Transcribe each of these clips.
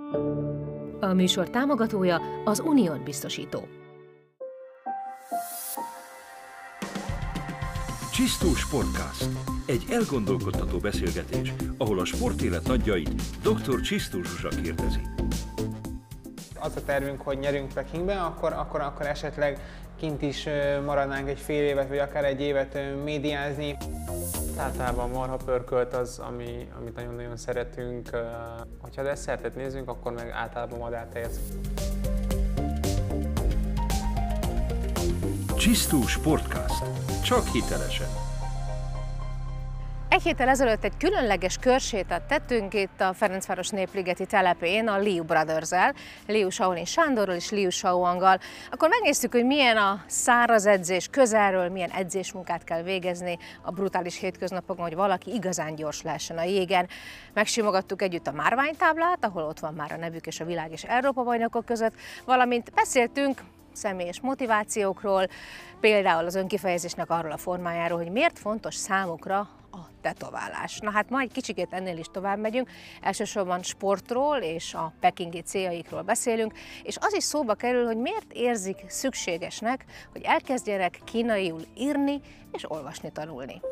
A műsor támogatója az Unión biztosító. Csisztó Sportcast. Egy elgondolkodtató beszélgetés, ahol a sportélet nagyjait dr. Csisztó Zsuzsa kérdezi. Az a tervünk, hogy nyerünk Pekingben, akkor esetleg kint is maradnánk egy fél évet, vagy akár egy évet médiázni. Általában marhapörkölt az, amit nagyon-nagyon szeretünk. Ha desszertet nézünk, akkor meg általában madártejet. Csisztó Sportcast. Csak hitelesen. Egy héttel ezelőtt egy különleges körsétát tettünk itt a Ferencváros Népligeti telepén a Liu Brothers-el, Liu Shaolin Sándorral és Liu Shaoanggal. Akkor megnéztük, hogy milyen a száraz edzés közelről, milyen edzésmunkát kell végezni a brutális hétköznapokon, hogy valaki igazán gyors lehessen a jégen. Megsimogattuk együtt a márványtáblát, ahol ott van már a nevük és a világ és Európa bajnokok között, valamint beszéltünk személyes motivációkról, például az önkifejezésnek arról a formájáról, hogy miért fontos számukra a tetoválás. Na hát ma egy kicsikét ennél is tovább megyünk, elsősorban sportról és a pekingi céljaikról beszélünk, és az is szóba kerül, hogy miért érzik szükségesnek, hogy elkezdjenek kínaiul írni és olvasni tanulni.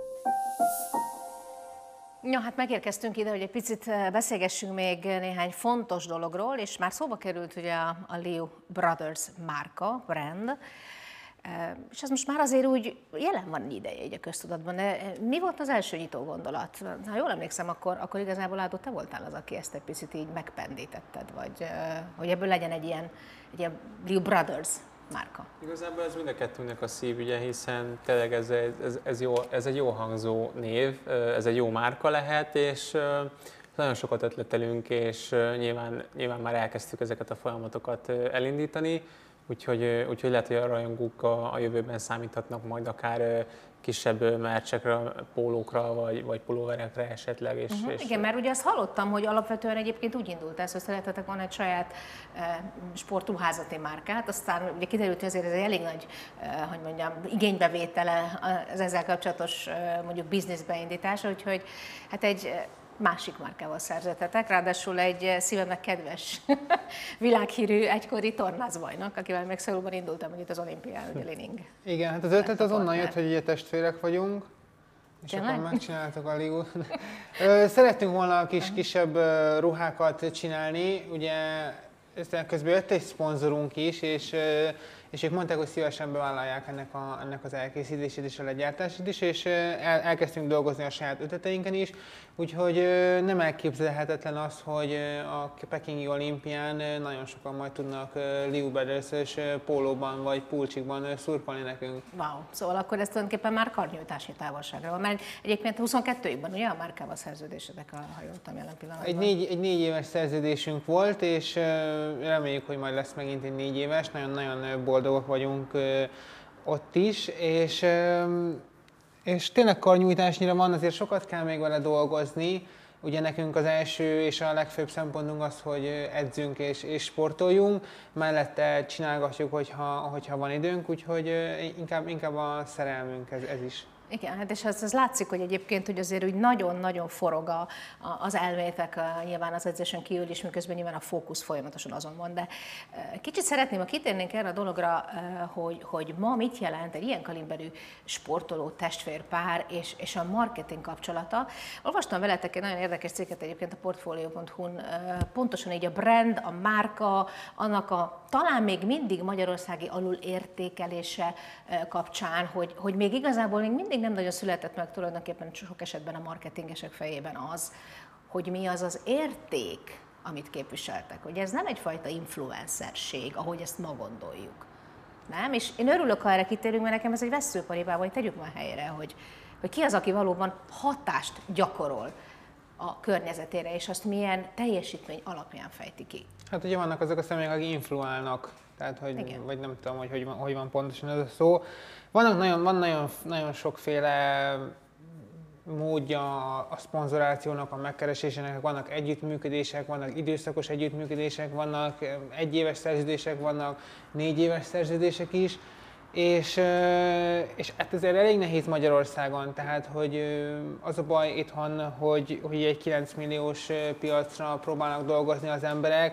Ja, hát megérkeztünk ide, hogy egy picit beszélgessünk még néhány fontos dologról, és már szóba került ugye a Liu Brothers márka, brand, és ez most már azért úgy jelen van ideje így a köztudatban. De mi volt az első nyitó gondolat? Ha jól emlékszem, akkor igazából látod, te voltál az, aki ezt egy picit így megpendítetted, vagy hogy ebből legyen egy ilyen Liu Brothers márka. Igazából ez mind a kettőnek a szívügye, hiszen tényleg ez egy jó hangzó név, ez egy jó márka lehet, és nagyon sokat ötletelünk, és nyilván már elkezdtük ezeket a folyamatokat elindítani, úgyhogy lehet, hogy a rajongók a jövőben számíthatnak majd akár kisebb mercsekre, pólókra vagy pulóverekre esetleg. És igen, mert ugye azt hallottam, hogy alapvetően egyébként úgy indult ez, hogy szeretetek volna egy saját sportruházati márkát, aztán ugye kiderült, hogy azért ez egy elég nagy, hogy mondjam, igénybevétele az ezzel kapcsolatos mondjuk bizniszbeindítása, úgyhogy hát egy másik márkával szerzettetek, ráadásul egy szívemnek kedves világhírű egykori tornászbajnok, akivel még Szöulban indultam, hogy itt az olimpián, ugye Lining. Igen, hát az ötlet az onnan jött, hogy ugye testvérek vagyunk, és tényleg? akkor megcsináltuk a Liu. Szerettünk volna kisebb ruhákat csinálni, ugye közben jött egy szponzorunk is, és ők mondták, hogy szívesen bevállalják ennek az elkészítését és a legyártását is, és elkezdtünk dolgozni a saját ötleteinken is, úgyhogy nem elképzelhetetlen az, hogy a pekingi olimpián nagyon sokan majd tudnak Liu Brothers-ös pólóban vagy pulcsikban szurkolni nekünk. Wow, szóval akkor ez tulajdonképpen már karnyújtási távolságra van, mert egyébként 22-ig ugye a márkával szerződésetek, ha jól tudom jelen pillanatban. Egy 4 éves szerződésünk volt, és reméljük, hogy majd lesz megint egy 4 éves, nagyon-nagyon boldogok vagyunk ott is, és tényleg karnyújtásnyira van, azért sokat kell még vele dolgozni. Ugye nekünk az első és a legfőbb szempontunk az, hogy edzünk és sportoljunk, mellette csinálgatjuk, hogyha van időnk, úgyhogy inkább a szerelmünk ez is. Igen, hát és az látszik, hogy egyébként hogy azért úgy nagyon-nagyon forog az elmétek nyilván az edzésen kívül is, miközben nyilván a fókusz folyamatosan azon van, de kicsit szeretném, ha kitérnénk erre a dologra, hogy ma mit jelent egy ilyen kaliberű sportoló testvérpár és a marketing kapcsolata. Olvastam veletek egy nagyon érdekes cikket egyébként a portfolio.hu-n, pontosan így a brand, a márka, annak a talán még mindig magyarországi alulértékelése kapcsán, hogy még igazából még mindig nem nagyon született meg tulajdonképpen sok esetben a marketingesek fejében az, hogy mi az az érték, amit képviseltek. Hogy ez nem egyfajta influencerség, ahogy ezt ma gondoljuk. Nem? És én örülök, ha erre kitérünk, mert nekem ez egy vesszőparipában, hogy tegyük már helyre, hogy ki az, aki valóban hatást gyakorol a környezetére, és azt milyen teljesítmény alapján fejti ki. Hát ugye vannak azok a személyek, akik influálnak, tehát vagy nem tudom, hogy van pontosan ez a szó. Van nagyon sokféle módja a szponzorációnak, a megkeresésének, vannak együttműködések, vannak időszakos együttműködések, vannak 1 éves szerződések, vannak 4 éves szerződések is, és hát ezért elég nehéz Magyarországon, tehát hogy az a baj itthon, hogy egy 9 milliós piacra próbálnak dolgozni az emberek,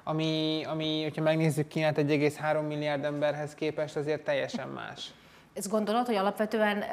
ami hogyha megnézzük Kínát 1,3 milliárd emberhez képest, azért teljesen más. Ezt gondolod, hogy alapvetően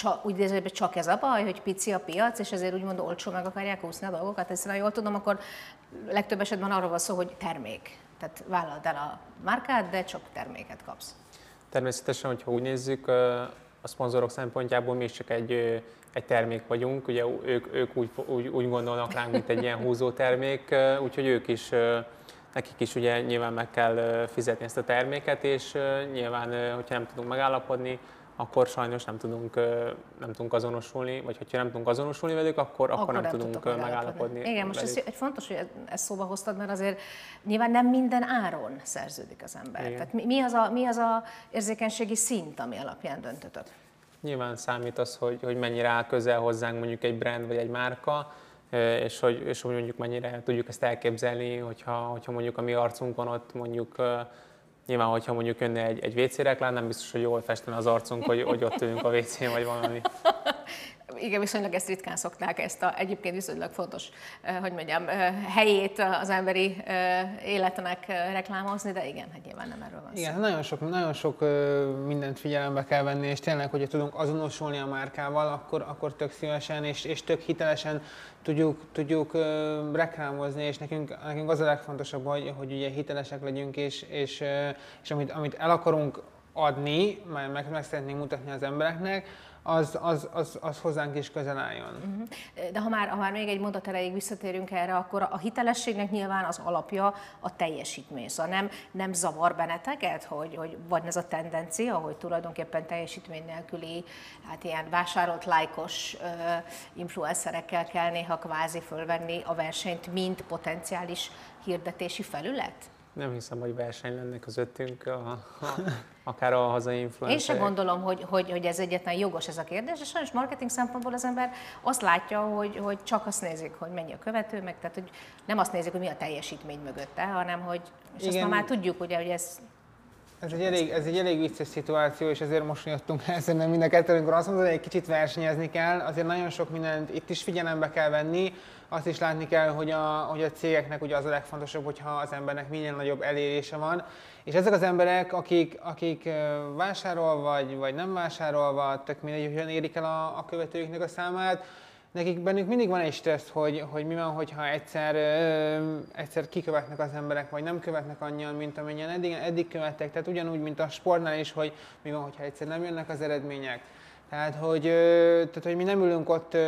csak ez a baj, hogy pici a piac, és ezért úgymond olcsó meg akarják úszni a dolgokat? Ezt jól tudom, akkor legtöbb esetben arról van szó, hogy termék. Tehát vállald el a márkát, de csak terméket kapsz. Természetesen, hogyha úgy nézzük, a szponzorok szempontjából mi is csak egy termék vagyunk, ugye ők úgy gondolnak ránk, mint egy ilyen húzó termék, úgyhogy ők is, nekik is ugye nyilván meg kell fizetni ezt a terméket, és nyilván, hogyha nem tudunk megállapodni, akkor sajnos nem tudunk azonosulni, vagy hogyha nem tudunk azonosulni velük, akkor nem tudunk megállapodni. Igen, most ez fontos, hogy ezt szóba hoztad, mert azért nyilván nem minden áron szerződik az ember. Igen. Tehát mi az a érzékenységi szint, ami alapján döntötted? Nyilván számít az, hogy mennyire áll közel hozzánk mondjuk egy brand vagy egy márka, és hogy mondjuk mennyire tudjuk ezt elképzelni, hogyha mondjuk a mi arcunkon ott mondjuk nyilván, hogyha mondjuk jönne egy WC reklám, nem biztos, hogy jól festene az arcunk, hogy ott ülünk a WC-n, vagy valami. Igen, viszonylag ezt ritkán szokták, ezt egyébként viszonylag fontos, hogy mondjam, helyét az emberi életnek reklámozni, de igen, hát nyilván nem erről van szó. Igen, nagyon sok mindent figyelembe kell venni, és tényleg, hogyha tudunk azonosulni a márkával, akkor tök szívesen és tök hitelesen tudjuk reklámozni, és nekünk az a legfontosabb, hogy ugye hitelesek legyünk, és amit el akarunk adni, meg szeretnénk mutatni az embereknek, az hozzánk is közel álljon. De ha már még egy mondat erejéig visszatérünk erre, akkor a hitelességnek nyilván az alapja a teljesítmény. Szóval nem zavar benneteket, hogy van ez a tendencia, hogy tulajdonképpen teljesítmény nélküli, hát ilyen vásárolt lájkos influencerekkel kell néha kvázi fölvenni a versenyt, mint potenciális hirdetési felület? Nem hiszem, hogy verseny lenne közöttünk, akár a hazai influencerek. Én sem gondolom, hogy ez egyetlen jogos ez a kérdés, de sajnos marketing szempontból az ember azt látja, hogy csak azt nézik, hogy mennyi a követő, meg tehát, hogy nem azt nézik, hogy mi a teljesítmény mögötte, hanem hogy, és igen, azt már tudjuk, ugye, hogy ez... Ez egy elég vicces szituáció, és ezért most jöttünk el, szerintem mind a kettő, amikor azt mondod, hogy egy kicsit versenyezni kell, azért nagyon sok mindent itt is figyelembe kell venni, azt is látni kell, hogy a cégeknek ugye az a legfontosabb, hogyha az embernek minél nagyobb elérése van, és ezek az emberek, akik vásárol vagy nem vásárolva, tök mindegy, hogyan érik el a követőiknek a számát, nekik bennük mindig van egy stressz, hogy mi van, hogyha egyszer kikövetnek az emberek, vagy nem követnek annyian, mint amennyien eddig követtek. Tehát ugyanúgy, mint a sportnál is, hogy mi van, hogyha egyszer nem jönnek az eredmények. Tehát, hogy mi nem ülünk ott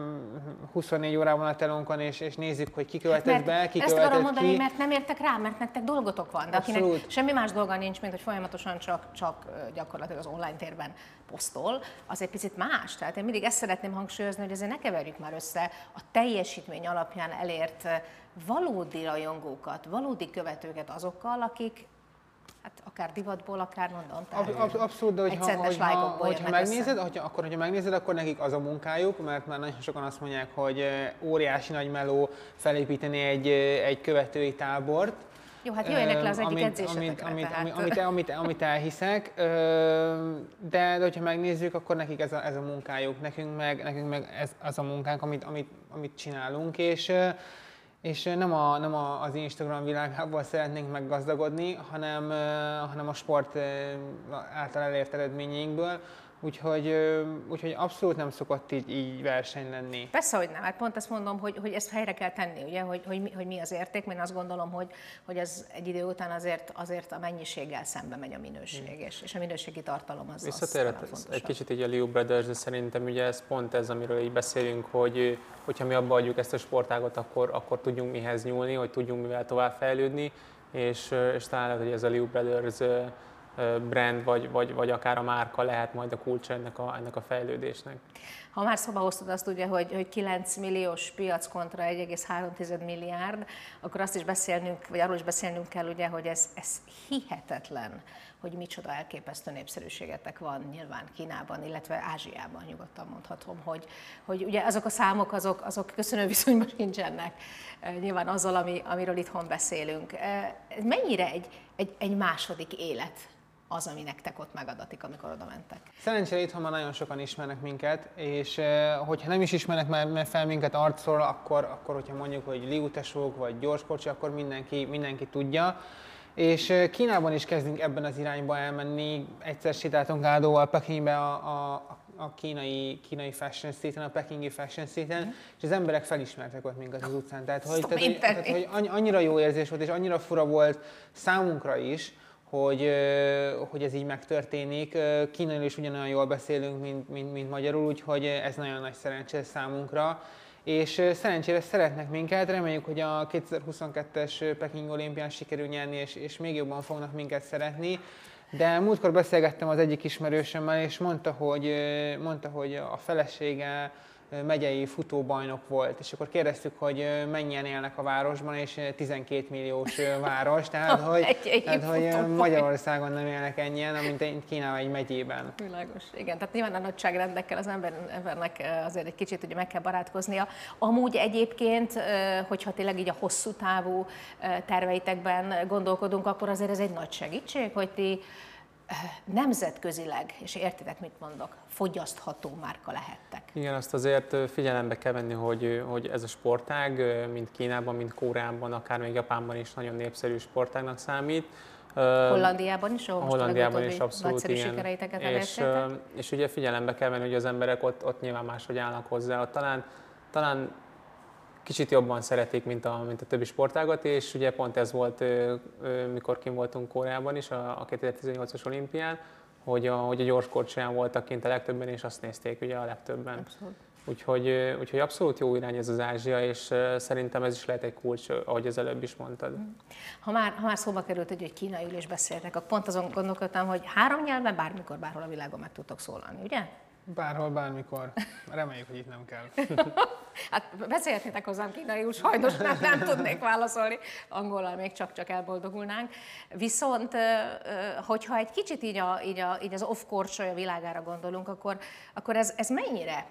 24 órában a telonkon, és nézzük, hogy ki követett be, ki követett ki. Ezt akarom mondani, ki. mert nem értek rá, mert nektek dolgotok van, de Abszolút. Akinek semmi más dolga nincs, mint hogy folyamatosan csak gyakorlatilag az online térben posztol, az egy picit más. Tehát én mindig ezt szeretném hangsúlyozni, hogy ezért ne keverjük már össze a teljesítmény alapján elért valódi rajongókat, valódi követőket azokkal, akik hát akár divatból, akár mondom. Abszolút, de hogyha megnézed, akkor nekik az a munkájuk, mert már nagyon sokan azt mondják, hogy óriási nagy meló felépíteni egy követői tábort. Jó, hát jöjjenek le az egyik edzésetekre. Amit elhiszek, de hogyha megnézzük, akkor nekik ez a munkájuk, nekünk meg ez az a munkánk, amit csinálunk, és nem az Instagram világából szeretnénk meggazdagodni, hanem a sport által elért eredményeinkből. Úgyhogy abszolút nem szokott így verseny lenni. Persze, hogy nem. Hát pont ezt mondom, hogy ezt helyre kell tenni, ugye, hogy mi az érték. Én azt gondolom, hogy ez egy idő után azért a mennyiséggel szembe megy a minőség, és a minőségi tartalom az fontosabb. Egy kicsit így a Liu Brothers, de szerintem ugye ez pont ez, amiről így beszélünk, hogyha mi abba adjuk ezt a sportágot, akkor tudjunk mihez nyúlni, hogy tudjunk mivel tovább fejlődni, és talán lehet, hogy ez a Liu Brothers brand, vagy akár a márka lehet majd a kulcsa ennek a fejlődésnek. Ha már szóba hoztad azt ugye, hogy 9 milliós piac kontra 1,3 milliárd, akkor azt is beszélnünk, vagy arról is beszélnünk kell, ugye, hogy ez hihetetlen, hogy micsoda elképesztő népszerűségetek van nyilván Kínában, illetve Ázsiában, nyugodtan mondhatom, hogy ugye azok a számok, azok köszönő viszonyban nincsenek nyilván azzal, amiről itthon beszélünk. Mennyire egy második élet az, ami nektek ott megadatik, amikor oda mentek? Szerencsére itthon már nagyon sokan ismernek minket, és hogyha nem is ismernek már fel minket arcról, akkor hogyha mondjuk, hogy liútesók vagy gyorskocsi, akkor mindenki tudja. És Kínában is kezdünk ebben az irányba elmenni. Egyszer sétáltunk Ádóval Pekingbe a kínai Fashion Street-en, a pekingi Fashion Street-en, és az emberek felismertek ott minket az utcán. Tehát, hogy annyira jó érzés volt, és annyira fura volt számunkra is, hogy ez így megtörténik. Kínaiul is ugyanolyan jól beszélünk, mint magyarul, úgyhogy ez nagyon nagy szerencse számunkra. És szerencsére szeretnek minket, reméljük, hogy a 2022-es Peking olimpián sikerül nyerni, és még jobban fognak minket szeretni. De múltkor beszélgettem az egyik ismerősömmel, és mondta, hogy a felesége megyei futóbajnok volt, és akkor kérdeztük, hogy mennyien élnek a városban, és 12 milliós város, tehát hogy Magyarországon nem élnek ennyien, amint Kínában egy megyében. Világos, igen, tehát nyilván a nagyságrendekkel az embernek azért egy kicsit ugye meg kell barátkoznia. Amúgy egyébként, hogyha tényleg így a hosszú távú terveitekben gondolkodunk, akkor azért ez egy nagy segítség, hogy ti nemzetközileg, és értitek, mit mondok, fogyasztható márka lehettek. Igen, azt azért figyelembe kell venni, hogy ez a sportág, mind Kínában, mind Koreában, akár még Japánban is nagyon népszerű sportágnak számít. Hollandiában is, ahol Hollandiában is abszolút, nagyszerű igen. sikereiteket elértétek. És ugye figyelembe kell venni, hogy az emberek ott nyilván máshogy állnak hozzá. Ott talán kicsit jobban szeretik, mint a többi sportágat, és ugye pont ez volt, mikor kint voltunk Koreában is, a 2018-as olimpián, hogy a gyorskocsiján voltak kint a legtöbben, és azt nézték ugye a legtöbben. Abszolút. Úgyhogy abszolút jó irány ez az Ázsia, és szerintem ez is lehet egy kulcs, ahogy az előbb is mondtad. Ha már szóba került, hogy kínaiul is beszéltek, akkor pont azon gondolkodtam, hogy 3 nyelven bármikor, bárhol a világon meg tudtok szólalni, ugye? Bárhol, bármikor. Reméljük, hogy itt nem kell. Hát beszélhetnétek hozzám kínaiul, sajnos nem tudnék válaszolni, angolal még csak elboldogulnánk. Viszont, hogyha egy kicsit így az off-court világára gondolunk, akkor ez mennyire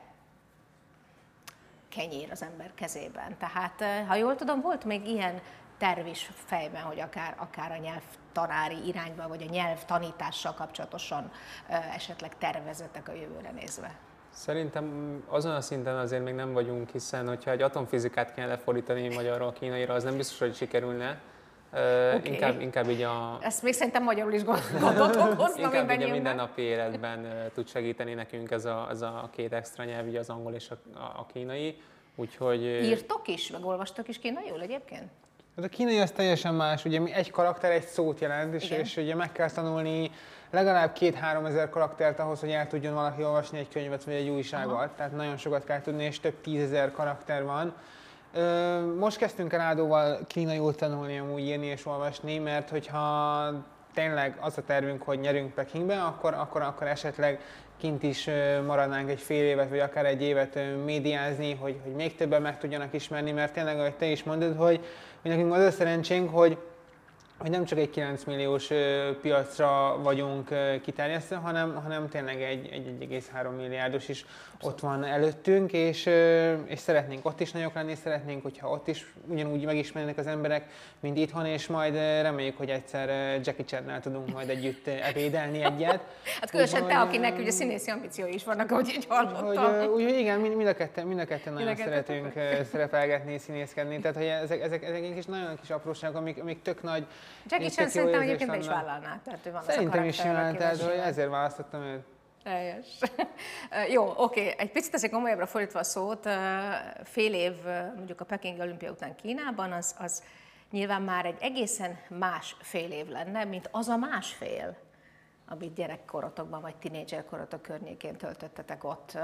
kenyér az ember kezében? Tehát, ha jól tudom, volt még ilyen terv is fejben, hogy akár a nyelvtanári irányba, vagy a nyelvtanítással kapcsolatosan esetleg tervezetek a jövőre nézve? Szerintem azon a szinten azért még nem vagyunk, hiszen hogyha egy atomfizikát kéne lefordítani magyarról kínaira, az nem biztos, hogy sikerülne. Okay. Inkább így ezt még szerintem magyarul is gondot okozna inkább így a mindennapi életben tud segíteni nekünk ez a 2 extra nyelv, így az angol és a kínai. Úgyhogy... Írtok is, meg olvastok is kínaiul egyébként? A kínai az teljesen más, ugye egy karakter egy szót jelent, és ugye meg kell tanulni legalább 2-3 ezer karaktert ahhoz, hogy el tudjon valaki olvasni egy könyvet vagy egy újságot. Aha. Tehát nagyon sokat kell tudni, és több 10 000 karakter van. Most kezdtünk el Ádóval kínaiul tanulni, amúgy írni és olvasni, mert hogyha tényleg az a tervünk, hogy nyerünk Pekingbe, akkor esetleg kint is maradnánk egy fél évet, vagy akár egy évet médiázni, hogy még többen meg tudjanak ismerni, mert tényleg, ahogy te is mondod, hogy nekünk az a szerencsénk, hogy nem csak egy 9 milliós piacra vagyunk kiterjesztve, hanem tényleg egy 1,3 milliárdos is ott van előttünk, és szeretnénk ott is nagyok lenni, szeretnénk, hogyha ott is ugyanúgy megismernek az emberek, mint itthon, és majd reméljük, hogy egyszer Jackie Channel tudunk majd együtt ebédelni egyet. Hát különösen te, akinek ugye színészi ambíciói is vannak, ahogy így hallottam. Úgyhogy igen, mind a ketten nagyon szeretünk szerepelgetni, színészkedni, tehát hogy ezek is nagyon kis apróságok, amik tök nagy. Jackie Chan szerintem egyébként be is vállalná. Szerintem is simán, tehát hogy ezért választottam őt. Teljes. Jó, oké. Egy picit azért komolyabbra fordítva a szót, fél év mondjuk a Peking olimpia után Kínában, az nyilván már egy egészen más fél év lenne, mint az a másfél, amit gyerekkorotokban vagy tinédzserkorotok környékén töltöttetek ott.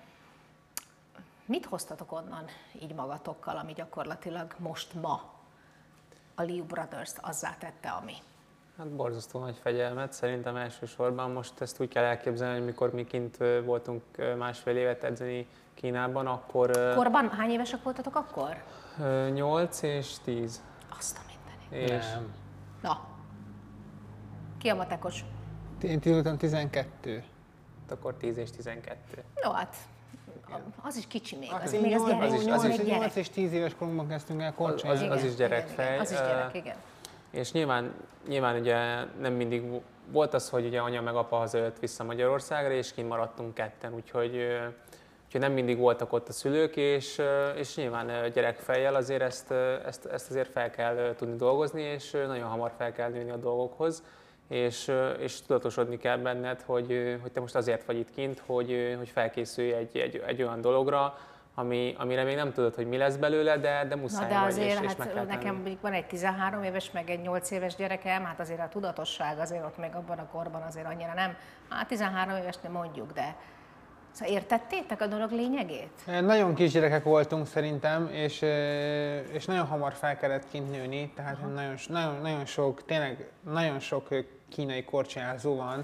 Mit hoztatok onnan így magatokkal, ami gyakorlatilag most ma a Liu Brothers-t azzá tette, ami? Hát borzasztó nagy fegyelmet, szerintem elsősorban most ezt úgy kell elképzelni, hogy mikor mi kint voltunk másfél évet edzeni Kínában, akkor... Korban hány évesek voltatok akkor? 8 és 10. Azt a mindenit. És... Na, ki a matekos? Én voltam 12. Akkor 10 és 12. Jó, hát az is kicsi még. Az még az gyerek. 8 és 10 éves korunkban kezdtünk el korcsolni. Az is gyerekfej. Az is gyerek, igen. És nyilván ugye nem mindig volt az, hogy ugye anya meg apa hazajött vissza Magyarországra, és kint maradtunk ketten, úgyhogy nem mindig voltak ott a szülők, és nyilván gyerekfejjel azért ezt azért fel kell tudni dolgozni, és nagyon hamar fel kell nőni a dolgokhoz, és tudatosodni kell benned, hogy te most azért vagy itt kint, hogy felkészülj egy olyan dologra, amire még nem tudod, hogy mi lesz belőle, de muszáj de azért, vagy, és meg kell nekem mondjuk van egy 13 éves, meg egy 8 éves gyerekem, hát azért a tudatosság azért ott még abban a korban azért annyira nem. Hát 13 éves nem mondjuk, de szóval értettétek a dolog lényegét? Nagyon kisgyerekek voltunk szerintem, és nagyon hamar fel kellett kint nőni, tehát nagyon sok kínai korcsolyázó van,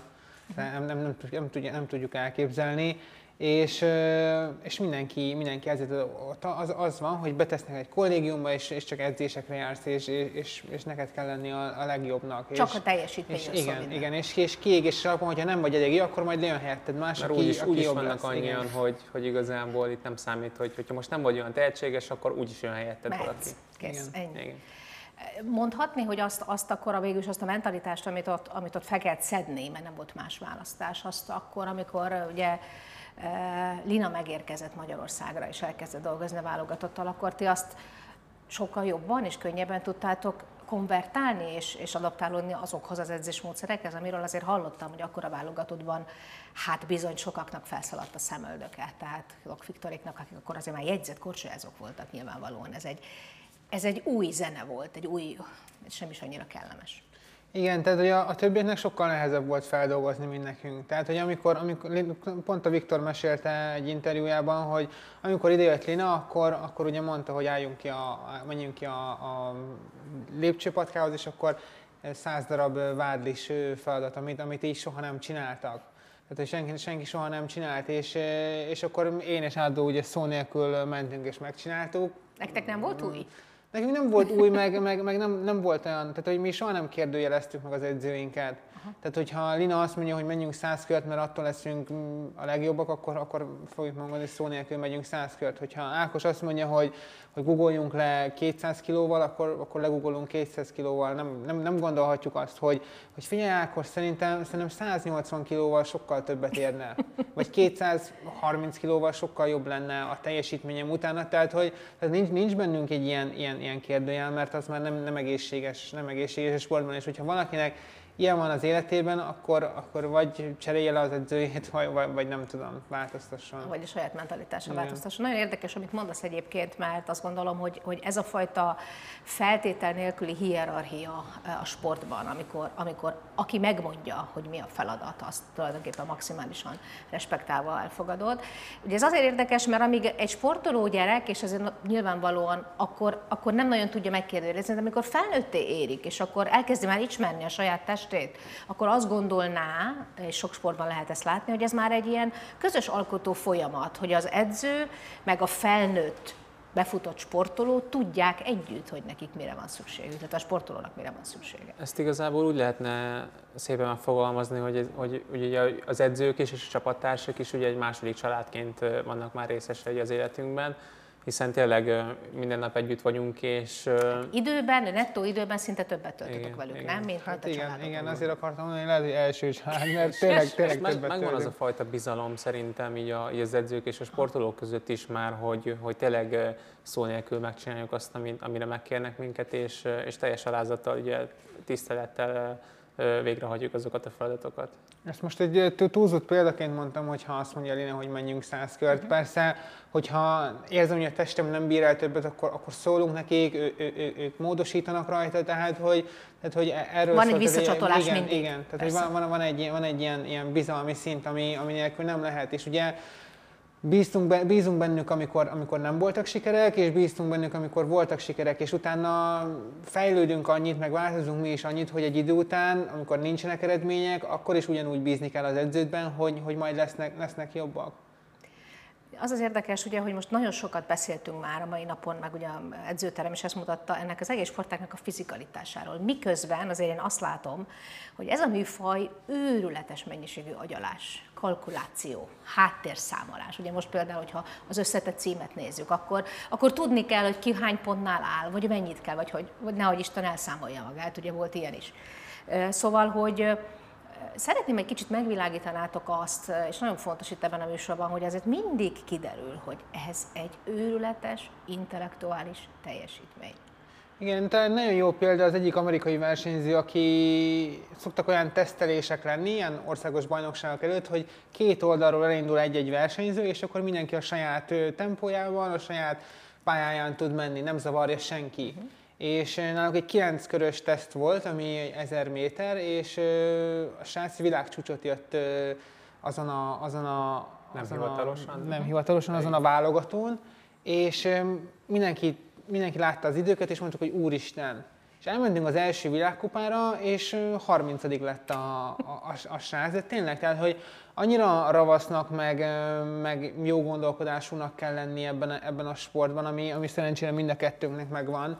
nem tudjuk elképzelni. És mindenki ezért az van, hogy betesznek egy kollégiumba, és csak edzésekre jársz, és neked kell lenni a legjobbnak. Csak a teljesítmény. Igen, és kiégés alapon, hogyha nem vagy elég jó, akkor majd jön helyetted más, mert aki úgyis jobb vannak lesz, annyian, hogy igazából itt nem számít, hogyha most nem vagy olyan tehetséges, akkor úgyis jön helyetted valaki. Kész, ennyi. Igen. Mondhatni, hogy azt akkor végülis azt a mentalitást, amit ott fel kellett szedni, mert nem volt más választás, azt akkor, amikor ugye Lina megérkezett Magyarországra és elkezdett dolgozni a válogatottal, akkor ti azt sokkal jobban és könnyebben tudtátok konvertálni és adaptálódni azokhoz az edzésmódszerekhez, amiről azért hallottam, hogy akkor a válogatottban hát bizony sokaknak felszaladt a szemöldöke. Tehát Viktoréknak, akik akkor azért már jegyzett korcsolyázók voltak nyilvánvalóan. Ez egy új zene volt, sem is annyira kellemes. Igen, tehát hogy a többieknek sokkal nehezebb volt feldolgozni, mint nekünk. Tehát, hogy amikor pont a Viktor mesélte egy interjújában, hogy amikor idejött Lina, akkor ugye mondta, hogy menjünk ki a lépcsőpatkához, és akkor 100 darab vádlis feladat, amit így soha nem csináltak. Tehát, hogy senki soha nem csinált, és akkor én és Ádó ugye szó nélkül mentünk és megcsináltuk. Nektek nem volt új? Nekünk nem volt új, meg nem volt olyan, tehát hogy mi soha nem kérdőjeleztük meg az edzőinket. Aha. Tehát hogyha Lina azt mondja, hogy menjünk 100 kört, mert attól leszünk a legjobbak, akkor fogjuk mondani, hogy szó nélkül megyünk 100 kört. Hogyha Ákos azt mondja, hogy guggoljunk le 200 kilóval, akkor legugolunk 200 kilóval. Nem gondolhatjuk azt, hogy figyelj Ákos, szerintem 180 kilóval sokkal többet érne. Vagy 230 kilóval sokkal jobb lenne a teljesítményem utána. Tehát nincs bennünk egy ilyen kérdőjel, mert az már nem egészséges a sportban. És hogyha valakinek ilyen van az életében, akkor vagy cserélje le az edzőjét, vagy nem tudom, változtasson. Vagy a saját mentalitásra változtasson. Nagyon érdekes, amit mondasz egyébként, mert azt gondolom, hogy ez a fajta feltétel nélküli hierarchia a sportban, amikor aki megmondja, hogy mi a feladat, azt tulajdonképpen maximálisan respektálva elfogadod. Ugye ez azért érdekes, mert amíg egy sportoló gyerek, és ezért nyilvánvalóan akkor nem nagyon tudja megkérdőjelezni, de amikor felnőtté érik, és akkor elkezdi már ismerni a saját testét, akkor azt gondolná, és sok sportban lehet ezt látni, hogy ez már egy ilyen közös alkotó folyamat, hogy az edző meg a felnőtt befutott sportoló tudják együtt, hogy nekik mire van szükségük, tehát a sportolónak mire van szüksége. Ezt igazából úgy lehetne szépen megfogalmazni, hogy ugye az edzők és a csapattársak is ugye egy második családként vannak már részesei az életünkben, hiszen tényleg minden nap együtt vagyunk, és... Nettó időben szinte többet töltötök velük, igen. nem? Mint a családok. Igen, azért akartam mondani, hogy lehet, hogy első család, mert tényleg többet megvan az a fajta bizalom szerintem így az edzők és a sportolók között is már, hogy tényleg szó nélkül megcsináljuk azt, amire megkérnek minket, és teljes alázattal, ugye tisztelettel végrehagyjuk azokat a feladatokat. Ezt most egy túlzott példaként mondtam, hogyha azt mondja Lina, hogy menjünk 100 kört. Persze, hogyha érzem, hogy a testem nem bír el többet, akkor szólunk nekik, ők módosítanak rajta, tehát hogy erről van egy visszacsatolás mindig. Igen, tehát hogy van egy ilyen bizalmi szint, ami nélkül nem lehet. És ugye bízunk bennük, amikor nem voltak sikerek, és bíztunk bennük, amikor voltak sikerek, és utána fejlődünk annyit, meg változunk mi is annyit, hogy egy idő után, amikor nincsenek eredmények, akkor is ugyanúgy bízni kell az edződben, hogy majd lesznek jobbak. Az az érdekes, ugye, hogy most nagyon sokat beszéltünk már a mai napon, meg ugye az edzőterem is ezt mutatta ennek az egész sportágnak a fizikalitásáról. Miközben azért én azt látom, hogy ez a műfaj őrületes mennyiségű agyalás, kalkuláció, háttérszámolás. Ugye most például, hogyha az összetett címet nézzük, akkor tudni kell, hogy ki hány pontnál áll, vagy mennyit kell, vagy nehogy Isten elszámolja magát, ugye volt ilyen is. Szóval, hogy Szeretném egy kicsit megvilágítanátok azt, és nagyon fontos itt ebben a műsorban, hogy azért mindig kiderül, hogy ez egy őrületes, intellektuális teljesítmény. Igen, talán nagyon jó példa az egyik amerikai versenyző, aki szoktak olyan tesztelések lenni, ilyen országos bajnokságok előtt, hogy két oldalról elindul egy-egy versenyző, és akkor mindenki a saját tempójában, a saját pályáján tud menni, nem zavarja senki. És náluk egy 9 körös teszt volt, ami 1000 méter, és a srác világcsúcsot jött nem hivatalosan, azon a válogatón, és mindenki látta az időket, és mondtuk, hogy úristen. És elmentünk az első világkupára, és 30. lett a srác. De tényleg, tehát, hogy annyira ravasznak, meg jó gondolkodásúnak kell lenni ebben a sportban, ami szerencsére mind a kettőnknek megvan,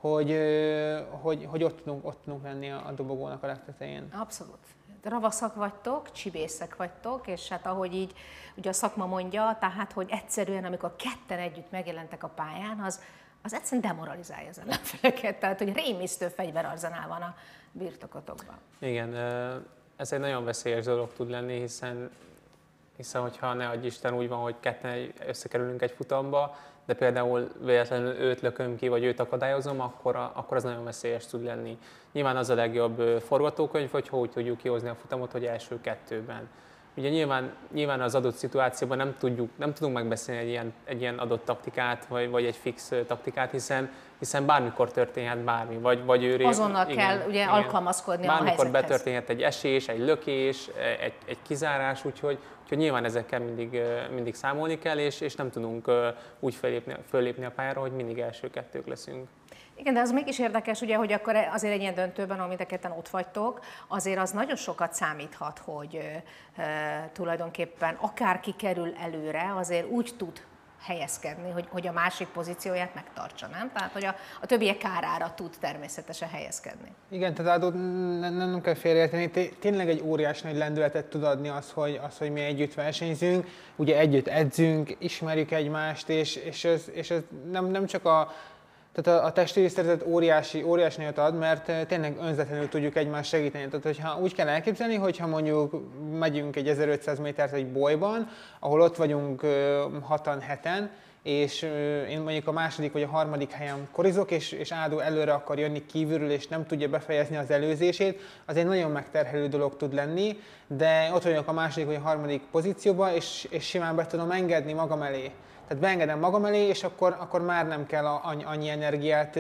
hogy ott tudunk lenni a dobogónak a legtetején. Abszolút. Ravaszak vagytok, csibészek vagytok, és hát ahogy így ugye a szakma mondja, tehát hogy egyszerűen, amikor ketten együtt megjelentek a pályán, az egyszerűen demoralizálja az ellenfeleket, tehát hogy rémisztő fegyverarzenál van a birtokotokban. Igen, ez egy nagyon veszélyes dolog tud lenni, hiszen hogyha ne adj Isten úgy van, hogy ketten összekerülünk egy futamba, de például véletlenül őt lököm ki, vagy őt akadályozom, akkor az nagyon veszélyes tud lenni. Nyilván az a legjobb forgatókönyv, hogy úgy tudjuk kihozni a futamot, hogy első kettőben. Ugye nyilván az adott szituációban nem tudunk megbeszélni egy ilyen adott taktikát, vagy egy fix taktikát, hiszen bármikor történhet bármi. Vagy ő azonnal kell ugye alkalmazkodni a helyzethez. Bármikor betörténhet egy esés, egy lökés, egy kizárás, úgyhogy nyilván ezekkel mindig számolni kell, és nem tudunk úgy föllépni a pályára, hogy mindig első kettők leszünk. Igen, de az mégis érdekes, ugye, hogy akkor azért egy ilyen döntőben, ahol mind a ketten ott vagytok, azért az nagyon sokat számíthat, hogy tulajdonképpen akárki kerül előre, azért úgy tud helyezkedni, hogy a másik pozícióját megtartsa, nem? Tehát, hogy a többiek kárára tud természetesen helyezkedni. Igen, tehát nem kell félreérteni, tényleg egy óriási nagy lendületet tud adni az, hogy mi együtt versenyzünk, ugye együtt edzünk, ismerjük egymást, és ez nem csak tehát a testi részletet óriási nagyot ad, mert tényleg önzetlenül tudjuk egymást segíteni. Tehát, hogyha úgy kell elképzelni, hogyha mondjuk megyünk egy 1500 métert egy bolyban, ahol ott vagyunk 6-7-en, és én mondjuk a második vagy a harmadik helyen korizok, és Ádó előre akar jönni kívülről, és nem tudja befejezni az előzését, az egy nagyon megterhelő dolog tud lenni, de ott vagyok a második vagy a harmadik pozícióban, és simán be tudom engedni magam elé. Tehát beengedem magam elé, és akkor már nem kell annyi energiát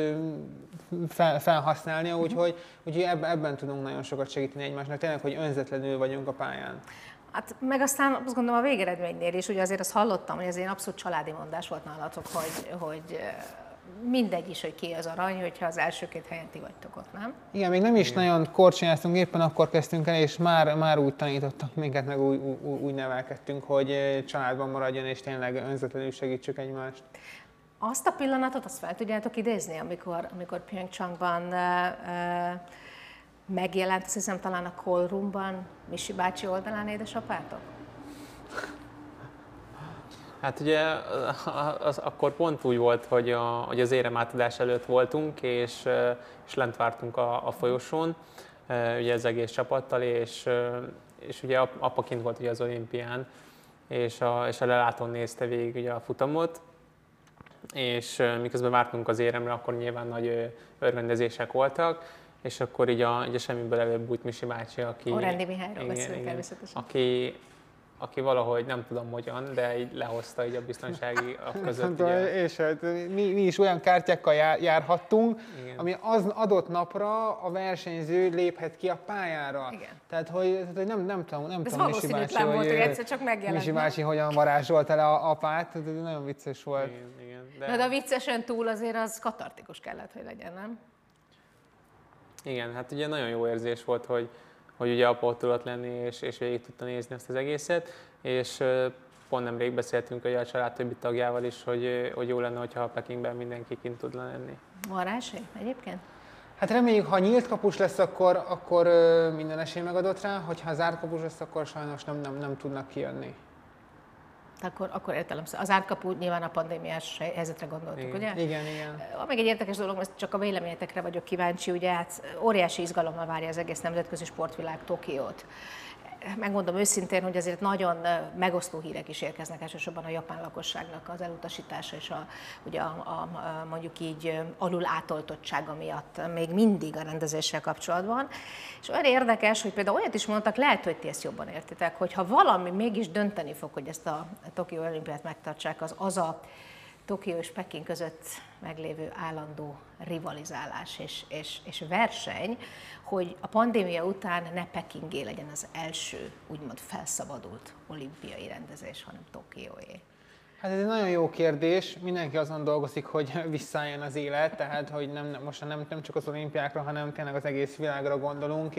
felhasználnia, úgyhogy ebben tudunk nagyon sokat segíteni egymásnak, tényleg, hogy önzetlenül vagyunk a pályán. Hát meg aztán azt gondolom a végeredménynél is, ugye azért azt hallottam, hogy ez ilyen abszolút családi mondás volt nálatok, hogy mindegy is, hogy ki az arany, hogyha az első két helyen ti vagytok ott, nem? Igen, még nem is nagyon korcsolyáztunk, éppen akkor kezdtünk el, és már úgy tanítottak minket, meg úgy nevelkedtünk, hogy családban maradjon, és tényleg önzetlenül segítsük egymást. Azt a pillanatot, azt fel tudjátok idézni, amikor Pyeongchangban megjelent, azt hiszem talán a call roomban Misi bácsi oldalán édesapátok? Hát ugye akkor pont úgy volt, hogy az éremátadás előtt voltunk, és lent vártunk a folyosón, ugye az egész csapattal, és ugye apa kint volt ugye az olimpián, és a lelátón nézte végig ugye a futamot, és miközben vártunk az éremre, akkor nyilván nagy örvendezések voltak, és akkor így a semmiből előbb Misi bácsi, aki... Rendi Mihályról beszélünk természetesen. Aki valahogy nem tudom hogyan, de így lehozta így a biztonsági között. És mi is olyan kártyákkal járhattunk, igen, ami az adott napra a versenyző léphet ki a pályára. Igen. Tehát, hogy nem tudom, Misi bácsi, volt, hogy egyszer csak megjelent. Misi bácsi hogyan varázsolt el a apát, nagyon vicces volt. Igen. De a viccesen túl azért az katartikus kellett, hogy legyen, nem? Igen, hát ugye nagyon jó érzés volt, hogy ugye apa ott tudott lenni, és végig tudta nézni ezt az egészet, és pont nemrég beszéltünk ugye a család többi tagjával is, hogy jó lenne, hogyha a Pekingben mindenki kint tud lenni. Van rá esély egyébként? Hát reméljük, ha nyílt kapus lesz, akkor minden esély megadott rá, hogyha zárt kapus lesz, akkor sajnos nem tudnak kijönni. Akkor értelemszerűen. Az átkapu nyilván a pandémiás helyzetre gondoltuk, ugye? Igen, igen. Még egy érdekes dolog, most csak a véleményetekre vagyok kíváncsi, ugye hát óriási izgalommal várja az egész nemzetközi sportvilág Tokiót. Megmondom őszintén, hogy azért nagyon megosztó hírek is érkeznek elsősorban a japán lakosságnak az elutasítása és ugye mondjuk így alul átoltottsága miatt még mindig a rendezéssel kapcsolatban. És olyan érdekes, hogy például olyat is mondtak, lehet, hogy ti ezt jobban értitek, hogy ha valami mégis dönteni fog, hogy ezt a Tokió olimpiát megtartsák, az a Tokió és Peking között meglévő állandó rivalizálás és verseny, hogy a pandémia után ne Pekingé legyen az első úgymond felszabadult olimpiai rendezés, hanem Tokióé. Hát ez egy nagyon jó kérdés. Mindenki azon dolgozik, hogy visszaálljon az élet, tehát hogy most nem csak az olimpiákra, hanem tényleg az egész világra gondolunk,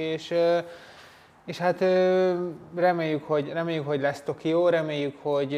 és hát reméljük, hogy lesz Tokió, reméljük, hogy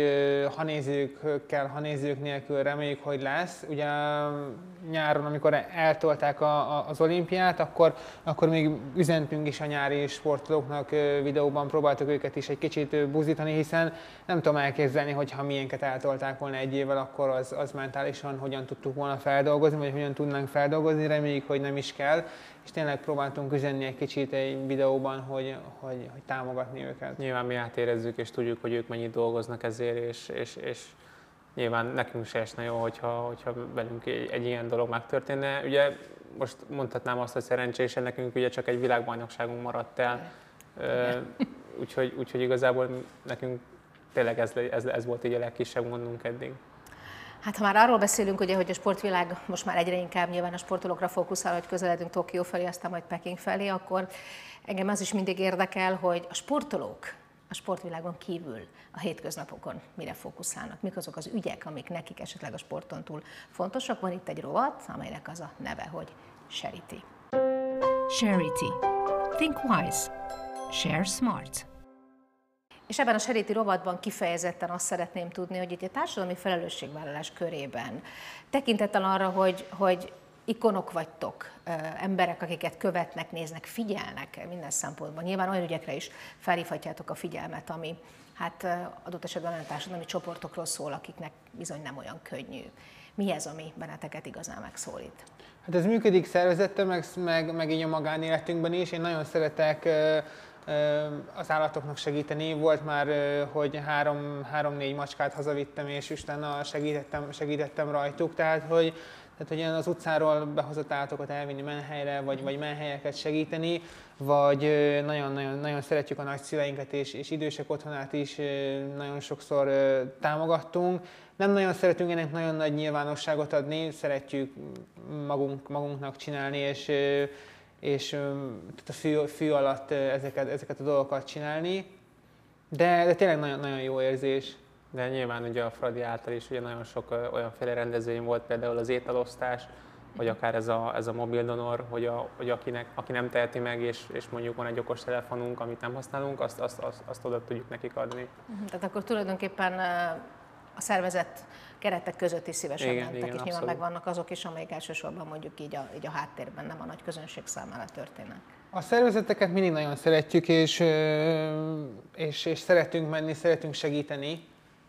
ha nézők nélkül, reméljük, hogy lesz. Ugye nyáron, amikor eltolták az olimpiát, akkor még üzentünk is a nyári sportolóknak, videóban próbáltuk őket is egy kicsit buzdítani, hiszen nem tudom elképzelni, hogy ha milyenket eltolták volna egy évvel, akkor az mentálisan hogyan tudtuk volna feldolgozni, vagy hogyan tudnánk feldolgozni, reméljük, hogy nem is kell. És tényleg próbáltunk üzenni egy kicsit egy videóban, hogy támogatni őket. Nyilván mi átérezzük és tudjuk, hogy ők mennyit dolgoznak ezért, és nyilván nekünk se esne jó, hogyha velünk egy ilyen dolog megtörténne. Ugye most mondhatnám azt, hogy szerencsésen nekünk ugye csak egy világbajnokságunk maradt el, úgyhogy igazából nekünk tényleg ez volt így a legkisebb gondunk eddig. Hát ha már arról beszélünk, ugye, hogy a sportvilág most már egyre inkább nyilván a sportolókra fókuszál, hogy közeledünk Tokió felé, aztán majd Peking felé, akkor engem az is mindig érdekel, hogy a sportolók a sportvilágon kívül a hétköznapokon mire fókuszálnak, mik azok az ügyek, amik nekik esetleg a sporton túl fontosak. Van itt egy rovat, amelynek az a neve, hogy Charity. Charity. Think wise. Share smart. És ebben a Charity rovatban kifejezetten azt szeretném tudni, hogy itt a társadalmi felelősségvállalás körében tekintettel arra, hogy ikonok vagytok, emberek, akiket követnek, néznek, figyelnek minden szempontból. Nyilván olyan ügyekre is felhívhatjátok a figyelmet, ami hát adott esetben olyan társadalmi csoportokról szól, akiknek bizony nem olyan könnyű. Mi ez, ami benneteket igazán megszólít? Hát ez működik szervezetten, meg így a magánéletünkben is. Én nagyon szeretek az állatoknak segíteni. Volt már, hogy 3-4 macskát hazavittem, és utána segítettem rajtuk. Tehát, hogy ilyen az utcáról behozott állatokat elvinni menhelyre, vagy menhelyeket segíteni, vagy nagyon szeretjük a nagyszüleinket, és idősek otthonát is nagyon sokszor támogattunk. Nem nagyon szeretünk ennek nagyon nagy nyilvánosságot adni, szeretjük magunknak csinálni, és tehát a fű alatt ezeket a dolgokat csinálni, de tényleg nagyon, nagyon jó érzés. De nyilván ugye a Fradi által is ugye nagyon sok olyanféle rendezvény volt, például az ételosztás, vagy akár ez a mobil donor, hogy aki nem teheti meg, és mondjuk van egy okos telefonunk, amit nem használunk, azt oda tudjuk nekik adni. Tehát akkor tulajdonképpen a szervezet keretek között is szívesen mentek, és nyilván megvannak azok is, amelyek elsősorban mondjuk így a háttérben, nem a nagy közönség számára történnek. A szervezeteket mindig nagyon szeretjük, és szeretünk menni, szeretünk segíteni.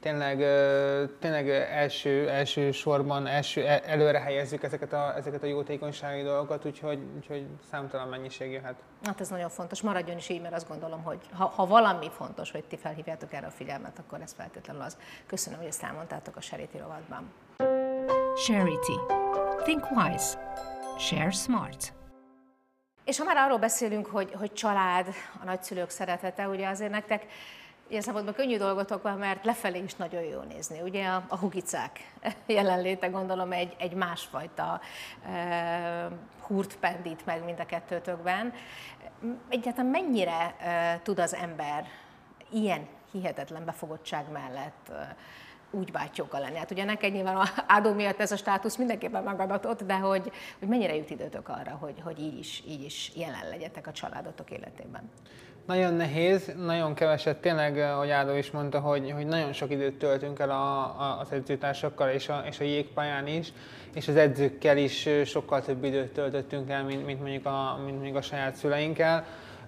Tényleg első sorban, előre helyezzük ezeket a jótékonysági dolgokat, úgyhogy számtalan mennyiség jöhet. Hát ez nagyon fontos, maradjon is így, mert azt gondolom, hogy ha valami fontos, hogy ti felhívjátok erre a figyelmet, akkor ez feltétlenül az. Köszönöm, hogy ezt elmondtátok a Charity rovatban. Charity. Think wise. Share smart. És ha már arról beszélünk, hogy család, a nagyszülők szeretete, ugye azért nektek ilyen szempontból könnyű dolgotok van, mert lefelé is nagyon jó nézni. Ugye a hugicák jelenléte gondolom egy másfajta húrt pendít meg mind a kettőtökben. Egyáltalán mennyire tud az ember ilyen hihetetlen befogottság mellett úgy bátyóka lenni? Hát ugye neked nyilván a Ádó miatt ez a státusz mindenképpen megadatott, de hogy mennyire jut időtök arra, hogy így is jelen legyetek a családotok életében? Nagyon nehéz, nagyon keveset, tényleg, ahogy Ádó is mondta, hogy nagyon sok időt töltünk el az edzőtársakkal és a jégpályán is, és az edzőkkel is sokkal több időt töltöttünk el, mint mondjuk a saját szüleinkkel.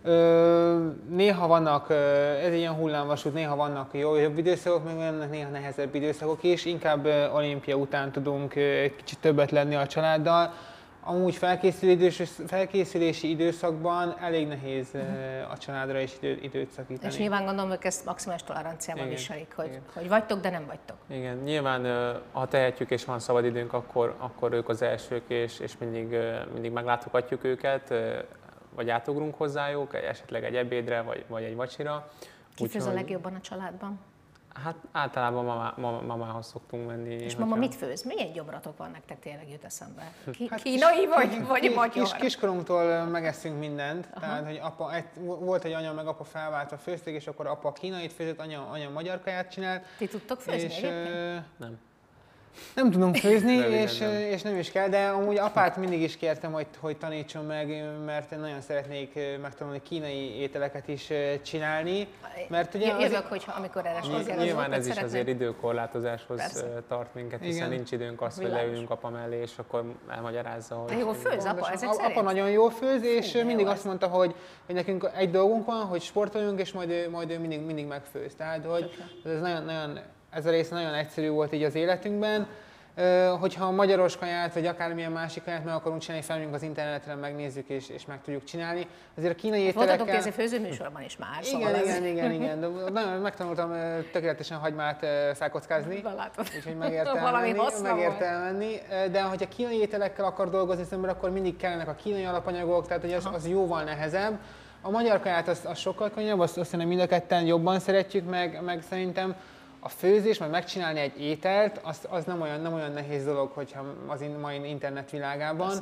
Néha vannak, ez egy ilyen hullámvasút, néha vannak jobb időszakok, meg vannak néha nehezebb időszakok is. Inkább olimpia után tudunk egy kicsit többet lenni a családdal. Amúgy felkészülési időszakban elég nehéz a családra is időt szakítani. És nyilván gondolom, hogy ezt maximális toleranciával Igen, viselik, hogy, igen. hogy vagytok, de nem vagytok. Igen, nyilván ha tehetjük és van szabad időnk, akkor ők az elsők, és mindig meglátogatjuk őket, vagy átugrunk hozzájuk, esetleg egy ebédre, vagy egy vacsira. Ki főz a legjobban a családban? Hát általában mamához szoktunk menni. És mama mit főz? Milyen gyomratok van nektek, tényleg jut eszembe? Kínai vagy magyar? Kiskorunktól megesszünk mindent. Tehát, hogy volt egy anya meg apa felváltva főzték, és akkor apa kínait főzött, anya magyar kaját csinált. Ti tudtok főzni egyébként? Nem. Nem tudunk főzni, Nem. és nem is kell, de amúgy apát mindig is kértem, hogy tanítson meg, mert én nagyon szeretnék megtanulni kínai ételeket is csinálni. Mert ugye Jövök, hogyha amikor erre sor kerül. Nyilván ez is azért időkorlátozáshoz Persze. tart minket, hiszen Igen. nincs időnk azt, hogy Világos. leülünk apa mellé, és akkor elmagyarázza, hogy... De jól főz apa, ezek Apa szerint? nagyon jól főz, és Hú, de mindig jó azt mondta, hogy nekünk egy dolgunk van, hogy sportoljunk, és majd ő mindig megfőz. Tehát, hogy ez a rész nagyon egyszerű volt így az életünkben. Hogyha magyaros kaját, vagy akármilyen másik kaját meg akarunk csinálni, felmegyünk az internetre, megnézzük és meg tudjuk csinálni. Azért a kínai ételekkel... Voltatok kézi főzőműsorban is már, szóval Igen. De nagyon megtanultam tökéletesen hagymát felkockázni. Na, látod. Úgyhogy megérte Valami elmenni, haszna volt. De hogyha kínai ételekkel akar dolgozni az ember, akkor mindig kellenek a kínai alapanyagok, tehát hogy az jóval nehezebb. A magyar kaját az sokkal könnyebb, azt szerintem mind a ketten jobban szeretjük, meg szerintem a főzés, meg megcsinálni egy ételt, az nem olyan nehéz dolog, hogyha az mai internet világában.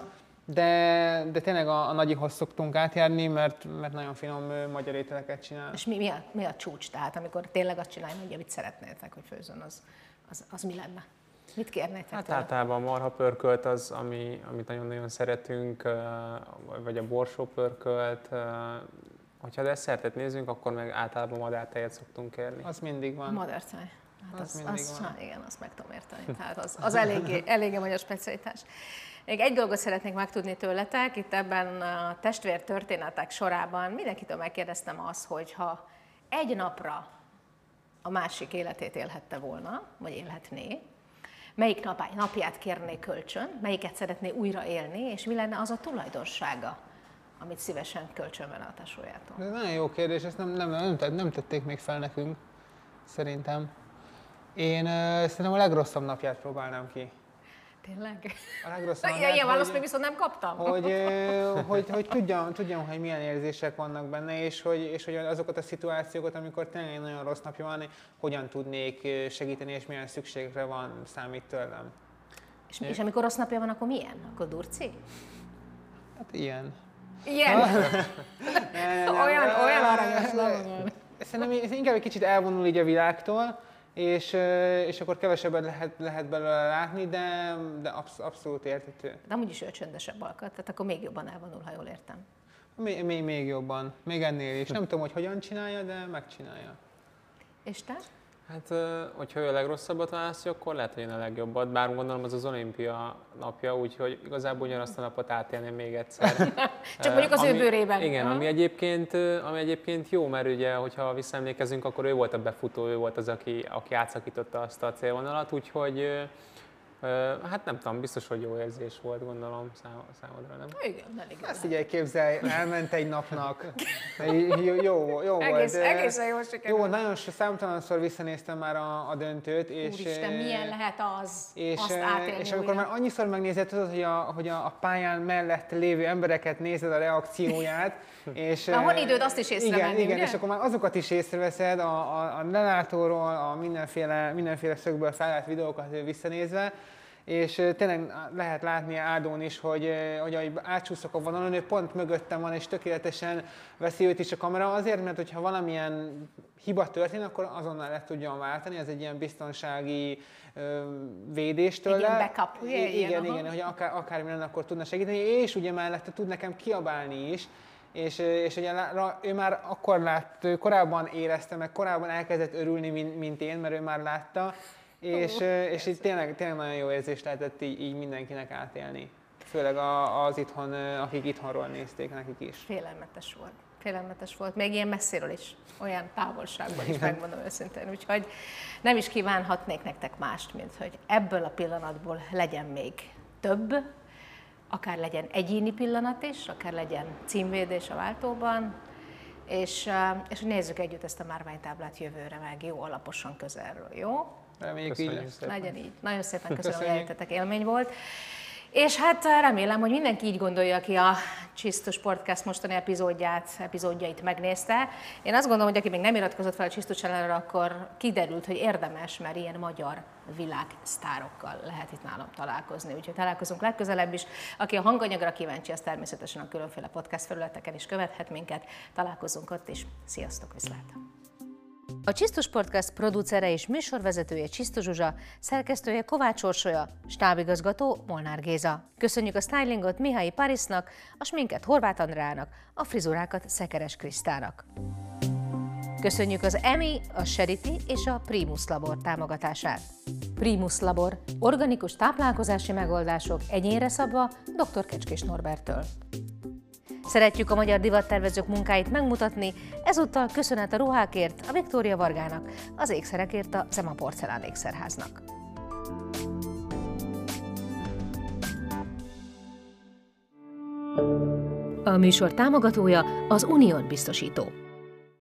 De tényleg a nagyihoz szoktunk átjárni, mert nagyon finom magyar ételeket csinál. És mi a csúcs? Tehát amikor tényleg azt csinálj, mondja, mit szeretnétek, hogy főzön, az mi lenne? Mit kérnétek Hát tőle? általában marha pörkölt az, amit nagyon-nagyon szeretünk, vagy a borsó pörkölt. Hogyha desszertet nézünk, akkor meg általában madártejet szoktunk kérni. Az mindig van. Madárcáj. Hát Az mindig van. igen, azt meg tudom érteni. Tehát az eléggé magyar specialitás. Még egy dolgot szeretnék megtudni tőletek, itt ebben a testvér történetek sorában mindenkitől megkérdeztem azt, hogy ha egy napra a másik életét élhette volna, vagy élhetné, melyik napját kérné kölcsön, melyiket szeretné újra élni, és mi lenne az a tulajdonsága, amit szívesen kölcsön venne a tesójától? Ez nagyon jó kérdés, ezt nem tették még fel nekünk, szerintem. Én szerintem a legrosszabb napját próbálnám ki. Tényleg? A legrosszabb napját, Ilyen választ még viszont nem kaptam. hogy tudjam, hogy milyen érzések vannak benne, és hogy azokat a szituációkat, amikor tényleg nagyon rossz napja van, hogyan tudnék segíteni, és milyen szükségre számít tőlem. És amikor rossz napja van, akkor milyen? Akkor durci? Hát ilyen. Ilyen? Olyan aranyos dolog. Szerintem inkább egy kicsit elvonul így a világtól, és akkor kevesebbet lehet belőle látni, de abszolút érthető. De amúgy is ő csöndesebb alkat, tehát akkor még jobban elvonul, ha jól értem. Még jobban, még ennél is. Nem tudom, hogy hogyan csinálja, de megcsinálja. És te? Hát, hogyha ő a legrosszabbat választja, akkor lehet, hogy én a legjobbat, bár gondolom az olimpia napja, úgyhogy igazából ugyanazt a napot átélném még egyszer. Csak mondjuk az ő bőrében. Igen, ami egyébként jó, mert ugye, hogyha visszaemlékezünk, akkor ő volt a befutó, ő volt az, aki átszakította azt a célvonalat, úgyhogy hát nem tudom, biztos, hogy jó érzés volt, gondolom számodra, nem? Igen, elég jó. Ezt így képzelj, elment egy napnak. Jó volt. Egészen jól sikerült. Jó, nagyon számtalanszor visszanéztem már a döntőt. És, Úristen, milyen lehet azt átélni és amikor újra? már annyiszor megnézed, tudod, hogy a pályán mellett lévő embereket nézed a reakcióját. És, Már van időd azt is észrevenni, igen, ugye? és akkor már azokat is észreveszed, a lelátóról, a mindenféle szögből felállt videókat visszanézve. És tényleg lehet látni Ádón is, hogy ahogy átcsúszok a vonalon, ő pont mögöttem van, és tökéletesen veszi őt is a kamera. Azért, mert hogyha valamilyen hiba történik, akkor azonnal le tudjon váltani, ez egy ilyen biztonsági védés tőle. Egy ilyen backup, ugye? Igen, hogy akármi lenne, akkor tudna segíteni, és ugye mellette tud nekem kiabálni is. És ugye ő már akkor korábban érezte, meg korábban elkezdett örülni, mint én, mert ő már látta. És így tényleg nagyon jó érzés lehetett így mindenkinek átélni. főleg az itthon, akik itthonról nézték, nekik is. Félelmetes volt. Félelmetes volt, még ilyen messziről is, olyan távolságban is, megmondom őszintén. Úgyhogy nem is kívánhatnék nektek mást, mint hogy ebből a pillanatból legyen még több, akár legyen egyéni pillanat is, akár legyen címvédés a váltóban, és hogy nézzük együtt ezt a márványtáblát jövőre meg jó alaposan közelről, jó? Reméljük így lesz. Legyen így. Nagyon szépen köszönöm, hogy eljöttetek, élmény volt. És hát remélem, hogy mindenki így gondolja, aki a Csisztus Podcast mostani epizódjait megnézte. Én azt gondolom, hogy aki még nem iratkozott fel a Csisztus Channelre, akkor kiderült, hogy érdemes, mert ilyen magyar világsztárokkal lehet itt nálam találkozni. Úgyhogy találkozunk legközelebb is. Aki a hanganyagra kíváncsi, az természetesen a különféle podcast felületeken is követhet minket. Találkozunk ott is. Sziasztok, viszlát! A Csisztus Podcast producere és műsorvezetője Csisztus Zsuzsa, szerkesztője Kovács Orsolya, stábigazgató Molnár Géza. Köszönjük a stylingot Mihály Parisnak, a sminket Horváth Andrának, a frizurákat Szekeres Krisztának. Köszönjük az EMI, a Charity és a Primus Labor támogatását. Primus Labor, organikus táplálkozási megoldások egyénre szabva dr. Kecskés Norberttől. Szeretjük a magyar divattervezők munkáit megmutatni, ezúttal köszönet a ruhákért a Viktória Vargának, az ékszerekért a Zema Porcelán ékszerháznak. A műsor támogatója az Unión biztosító.